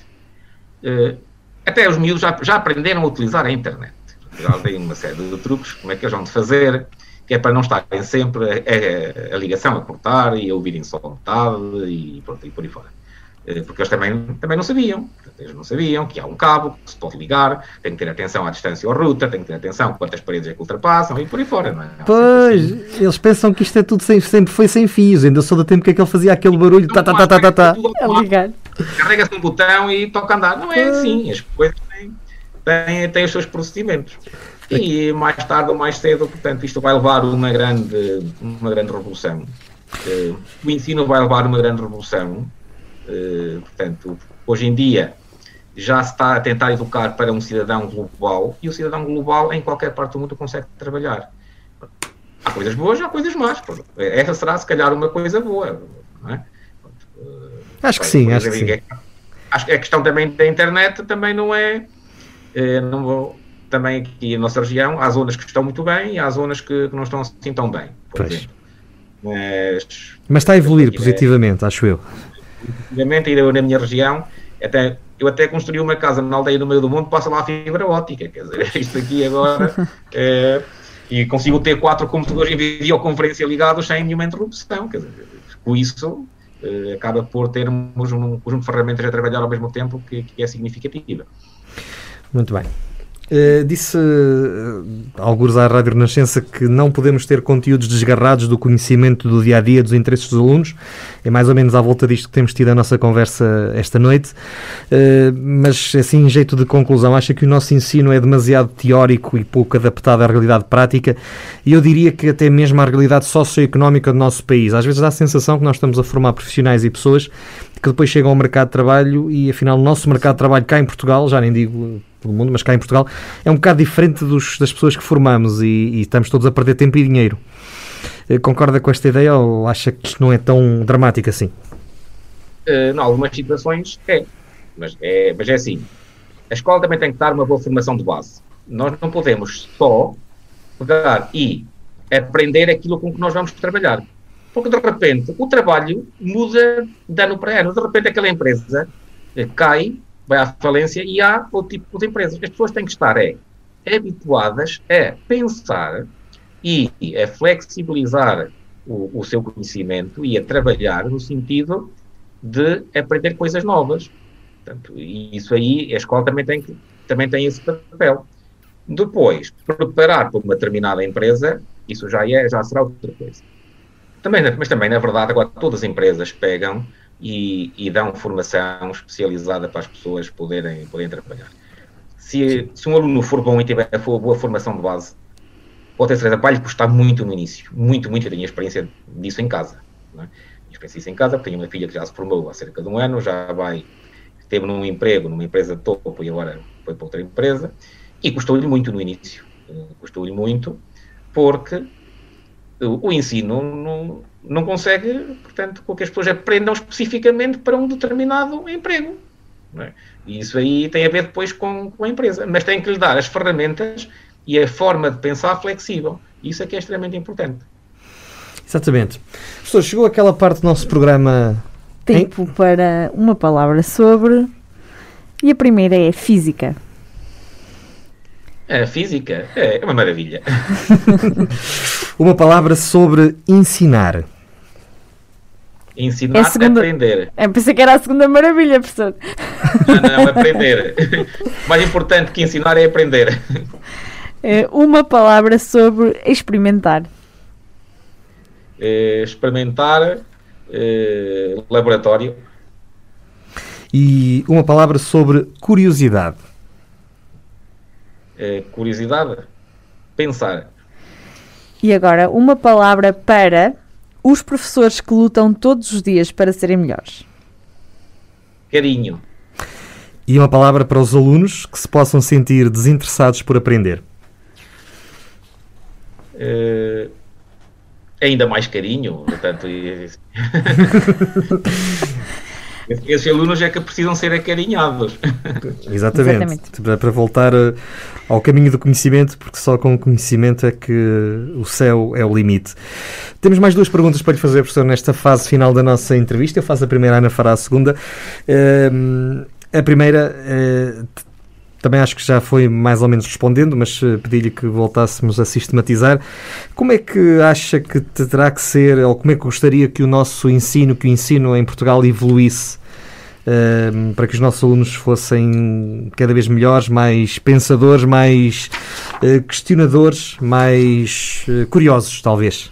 Até os miúdos já aprenderam a utilizar a internet. Já têm uma série de truques, como é que eles vão de fazer, que é para não estarem sempre a ligação a cortar e a ouvirem só metade e por aí fora. Porque eles também não sabiam. Eles não sabiam que há um cabo que se pode ligar, tem que ter atenção à distância ou ruta, tem que ter atenção a quantas paredes é que ultrapassam e por aí fora. Não é? Pois, assim, eles pensam que isto é tudo sempre foi sem fios. Ainda sou do tempo que é que ele fazia aquele barulho, tá. É ligar. Carrega-se um botão e toca andar. Não é assim. As coisas têm os seus procedimentos. E mais tarde ou mais cedo, portanto, isto vai levar uma grande revolução. O ensino vai levar uma grande revolução. Portanto, hoje em dia já se está a tentar educar para um cidadão global, e o cidadão global em qualquer parte do mundo consegue trabalhar. Há coisas boas, há coisas más. Essa será se calhar uma coisa boa, não é? Acho que sim. Acho que a questão também da internet também não é... também aqui na nossa região há zonas que estão muito bem e há zonas que não estão assim tão bem, por exemplo. Mas está a evoluir positivamente, acho eu. Antigamente, eu na minha região, eu até construí uma casa na aldeia no meio do mundo, passa lá a fibra óptica, quer dizer, isto aqui agora, e consigo ter 4 computadores em videoconferência ligados sem nenhuma interrupção, quer dizer, com isso acaba por termos um conjunto de ferramentas a trabalhar ao mesmo tempo que é significativa. Muito bem. Disse algures à Rádio Renascença que não podemos ter conteúdos desgarrados do conhecimento do dia-a-dia, dos interesses dos alunos. É mais ou menos à volta disto que temos tido a nossa conversa esta noite. Mas, assim, em jeito de conclusão, acha que o nosso ensino é demasiado teórico e pouco adaptado à realidade prática? E eu diria que até mesmo à realidade socioeconómica do nosso país. Às vezes dá a sensação que nós estamos a formar profissionais e pessoas que depois chegam ao mercado de trabalho e, afinal, o nosso mercado de trabalho cá em Portugal, já nem digo pelo mundo, mas cá em Portugal, é um bocado diferente das pessoas que formamos e estamos todos a perder tempo e dinheiro. Concorda com esta ideia ou acha que isto não é tão dramático assim? Em algumas situações mas é assim. A escola também tem que dar uma boa formação de base. Nós não podemos só pegar e aprender aquilo com que nós vamos trabalhar. Porque, de repente, o trabalho muda de ano para ano. De repente, aquela empresa cai, vai à falência e há outro tipo de empresas. As pessoas têm que estar habituadas a pensar e a flexibilizar o seu conhecimento e a trabalhar no sentido de aprender coisas novas. Portanto, e isso aí, a escola também tem esse papel. Depois, preparar para uma determinada empresa, isso já será outra coisa. Mas também, na verdade, agora todas as empresas pegam e dão formação especializada para as pessoas poderem trabalhar. Se um aluno for bom e tiver boa formação de base, pode ter certeza, vai lhe custar muito no início. Muito, muito. Eu tenho experiência disso em casa. Não é? Experiência disso em casa, porque tenho uma filha que já se formou há cerca de um ano, esteve num emprego, numa empresa de topo e agora foi para outra empresa, e custou-lhe muito no início. Custou-lhe muito porque o ensino não consegue, portanto, com que as pessoas aprendam especificamente para um determinado emprego. Não é? E isso aí tem a ver depois com a empresa. Mas tem que lhe dar as ferramentas e a forma de pensar flexível. Isso é que é extremamente importante. Exatamente. Professor, chegou aquela parte do nosso programa... Tempo para uma palavra sobre... E a primeira é física. A física é uma maravilha. Uma palavra sobre ensinar. Ensinar a aprender. Pensei que era a segunda maravilha, professor. Não, aprender. Mais importante que ensinar é aprender. Uma palavra sobre experimentar. Experimentar, laboratório. E uma palavra sobre curiosidade. Curiosidade, pensar. E agora, uma palavra para os professores que lutam todos os dias para serem melhores. Carinho. E uma palavra para os alunos que se possam sentir desinteressados por aprender. Ainda mais carinho, portanto... Esses alunos é que precisam ser acarinhados. Exatamente. Para voltar ao caminho do conhecimento, porque só com o conhecimento é que o céu é o limite. Temos mais 2 perguntas para lhe fazer, professor, nesta fase final da nossa entrevista. Eu faço a primeira, a Ana fará a segunda. A primeira, também acho que já foi mais ou menos respondendo, mas pedi-lhe que voltássemos a sistematizar. Como é que acha que terá que ser, ou como é que gostaria que o nosso ensino, que o ensino em Portugal evoluísse para que os nossos alunos fossem cada vez melhores, mais pensadores, mais questionadores, mais curiosos, talvez?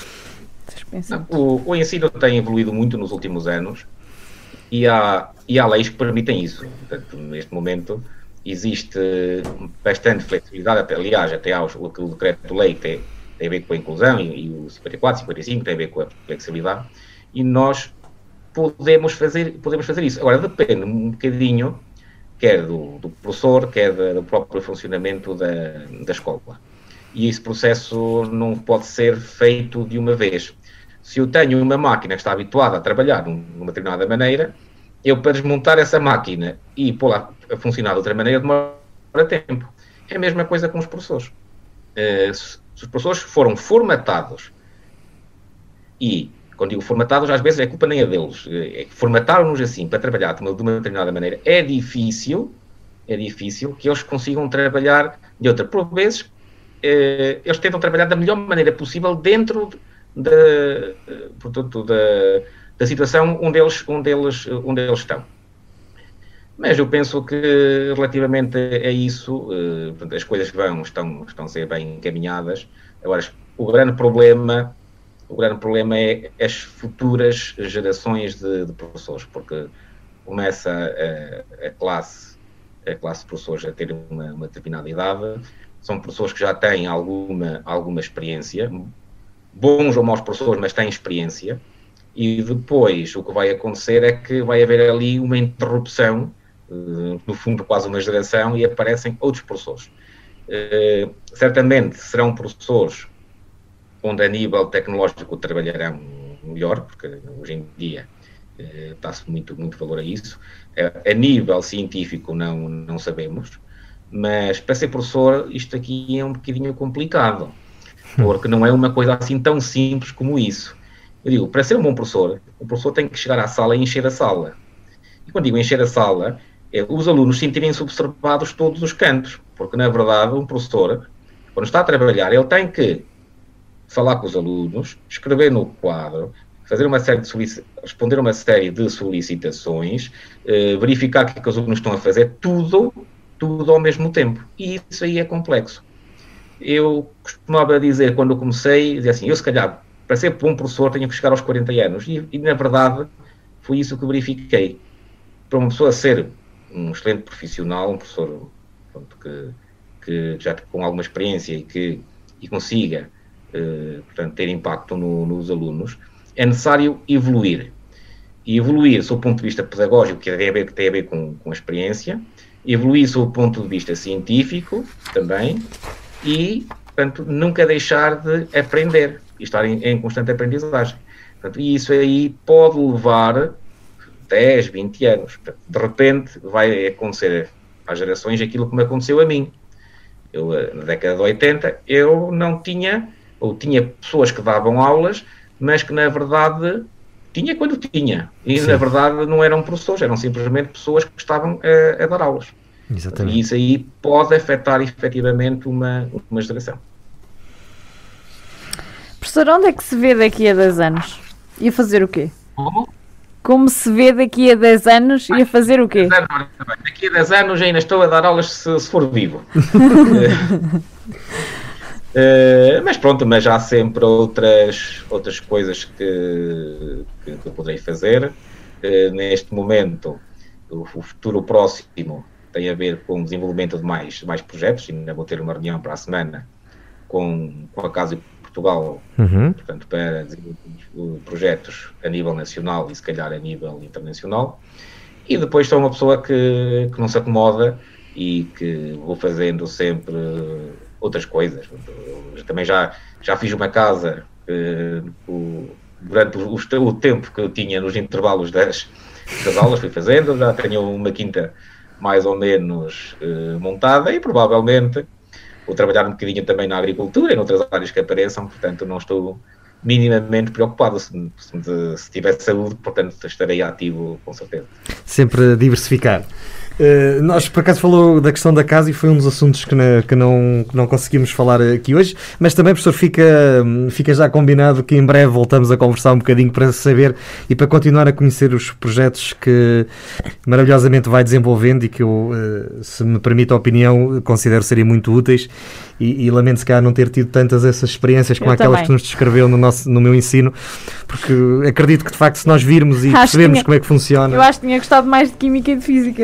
O ensino tem evoluído muito nos últimos anos e há leis que permitem isso. Portanto, neste momento existe bastante flexibilidade, aliás, até há o decreto-lei que tem a ver com a inclusão e o 54, 55 tem a ver com a flexibilidade, e nós podemos fazer isso. Agora, depende um bocadinho, quer do professor, quer do próprio funcionamento da escola. E esse processo não pode ser feito de uma vez. Se eu tenho uma máquina que está habituada a trabalhar de uma determinada maneira, eu, para desmontar essa máquina e pô-la a funcionar de outra maneira, demora tempo. É a mesma coisa com os professores. Se os professores foram formatados, e quando digo formatados, às vezes é culpa nem a deles, formataram-nos assim para trabalhar de uma determinada maneira, é difícil que eles consigam trabalhar de outra. Por vezes, eles tentam trabalhar da melhor maneira possível dentro da situação onde eles estão. Mas eu penso que, relativamente a isso, as coisas estão a ser bem encaminhadas. Agora, o grande problema é as futuras gerações de professores, porque começa a classe de professores a ter uma determinada idade, são professores que já têm alguma experiência, bons ou maus professores, mas têm experiência, e depois o que vai acontecer é que vai haver ali uma interrupção, no fundo quase uma geração, e aparecem outros professores. Certamente serão professores onde a nível tecnológico trabalharão melhor, porque hoje em dia dá-se muito valor a isso. A nível científico não sabemos, mas para ser professor isto aqui é um bocadinho complicado, porque não é uma coisa assim tão simples como isso. Eu digo, para ser um bom professor, o professor tem que chegar à sala e encher a sala. E quando digo encher a sala, os alunos sentirem-se observados todos os cantos, porque na verdade um professor, quando está a trabalhar, ele tem que falar com os alunos, escrever no quadro, fazer responder uma série de solicitações, verificar o que os alunos estão a fazer, tudo ao mesmo tempo. E isso aí é complexo. Eu costumava dizer, quando eu comecei, dizia assim, eu se calhar, para ser bom professor, tenho que chegar aos 40 anos. E na verdade, foi isso que verifiquei. Para uma pessoa ser um excelente profissional, um professor que já com alguma experiência e consiga portanto, ter impacto nos alunos, é necessário evoluir. E evoluir sob o ponto de vista pedagógico, que tem a ver com a experiência, evoluir sob o ponto de vista científico também, e, portanto, nunca deixar de aprender e estar em constante aprendizagem. Portanto, e isso aí pode levar 10, 20 anos. Portanto, de repente vai acontecer às gerações aquilo que me aconteceu a mim. Eu, na década de 80, eu não tinha, ou tinha pessoas que davam aulas, mas que na verdade tinha quando tinha. E Sim. na verdade não eram professores, eram simplesmente pessoas que estavam a dar aulas. Exatamente. E isso aí pode afetar efetivamente uma geração. Professor, onde é que se vê daqui a 10 anos? E a fazer o quê? Como? Como se vê daqui a 10 anos e a fazer o quê? Daqui a 10 anos ainda estou a dar aulas se for vivo. Mas pronto, mas há sempre outras coisas que eu poderei fazer. Neste momento, o futuro próximo tem a ver com o desenvolvimento de mais projetos. Ainda vou ter uma reunião para a semana com a Casa de Portugal, portanto, para desenvolver projetos a nível nacional e se calhar a nível internacional. E depois sou uma pessoa que não se acomoda e que vou fazendo sempre outras coisas. Eu também já fiz uma casa durante o tempo que eu tinha nos intervalos das aulas, fui fazendo, já tenho uma quinta mais ou menos montada e provavelmente vou trabalhar um bocadinho também na agricultura e noutras áreas que apareçam, portanto não estou minimamente preocupado. Se tiver saúde, portanto estarei ativo com certeza. Sempre a diversificar. Nós, por acaso, falou da questão da casa e foi um dos assuntos que não conseguimos falar aqui hoje, mas também, professor, fica já combinado que em breve voltamos a conversar um bocadinho para saber e para continuar a conhecer os projetos que maravilhosamente vai desenvolvendo e que eu, se me permite a opinião, considero serem muito úteis e lamento se calhar não ter tido tantas essas experiências como aquelas também. que nos descreveu no meu ensino, porque acredito que de facto se nós virmos e percebemos como é que funciona... Eu acho que tinha gostado mais de Química e de Física.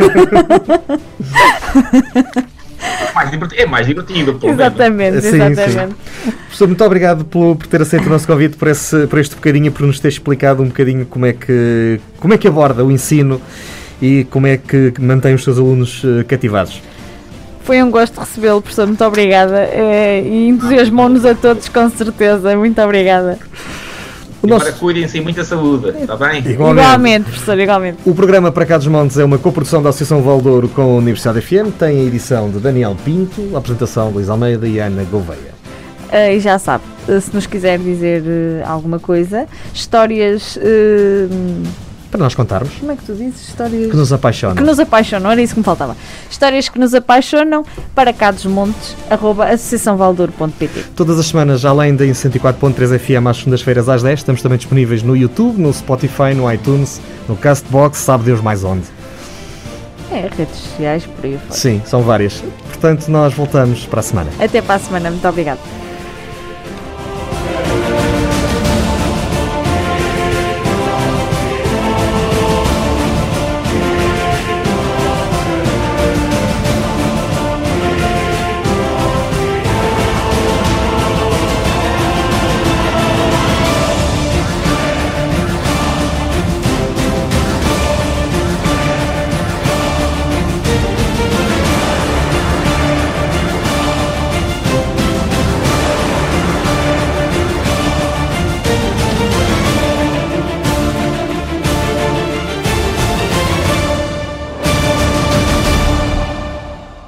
É mais divertido, pelo Exatamente, Sim, exatamente. sim. Professor, muito obrigado por ter aceito o nosso convite, por este bocadinho, por nos ter explicado um bocadinho como é que aborda o ensino e como é que mantém os seus alunos cativados. Foi um gosto recebê-lo, professor, muito obrigada. E entusiasmou-nos a todos, com certeza. Muito obrigada. Agora cuidem-se, muita saúde, está bem? Igualmente, professor, igualmente. O programa Para Cá dos Montes é uma coprodução da Associação Valdouro com a Universidade FM, tem a edição de Daniel Pinto, a apresentação de Luís Almeida e Ana Gouveia. E já sabe, se nos quiser dizer alguma coisa, histórias... Para nós contarmos. Como é que tu dizes? Histórias... Que nos apaixonam. Que nos apaixonam, era isso que me faltava. Histórias que nos apaixonam, para cadosmontes@associaçãovaldouro.pt. Todas as semanas, além da 104.3 FM às segundas-feiras às 10, estamos também disponíveis no YouTube, no Spotify, no iTunes, no Castbox, sabe Deus mais onde. Redes sociais, por aí fora. Sim, são várias. Portanto, nós voltamos para a semana. Até para a semana, muito obrigada.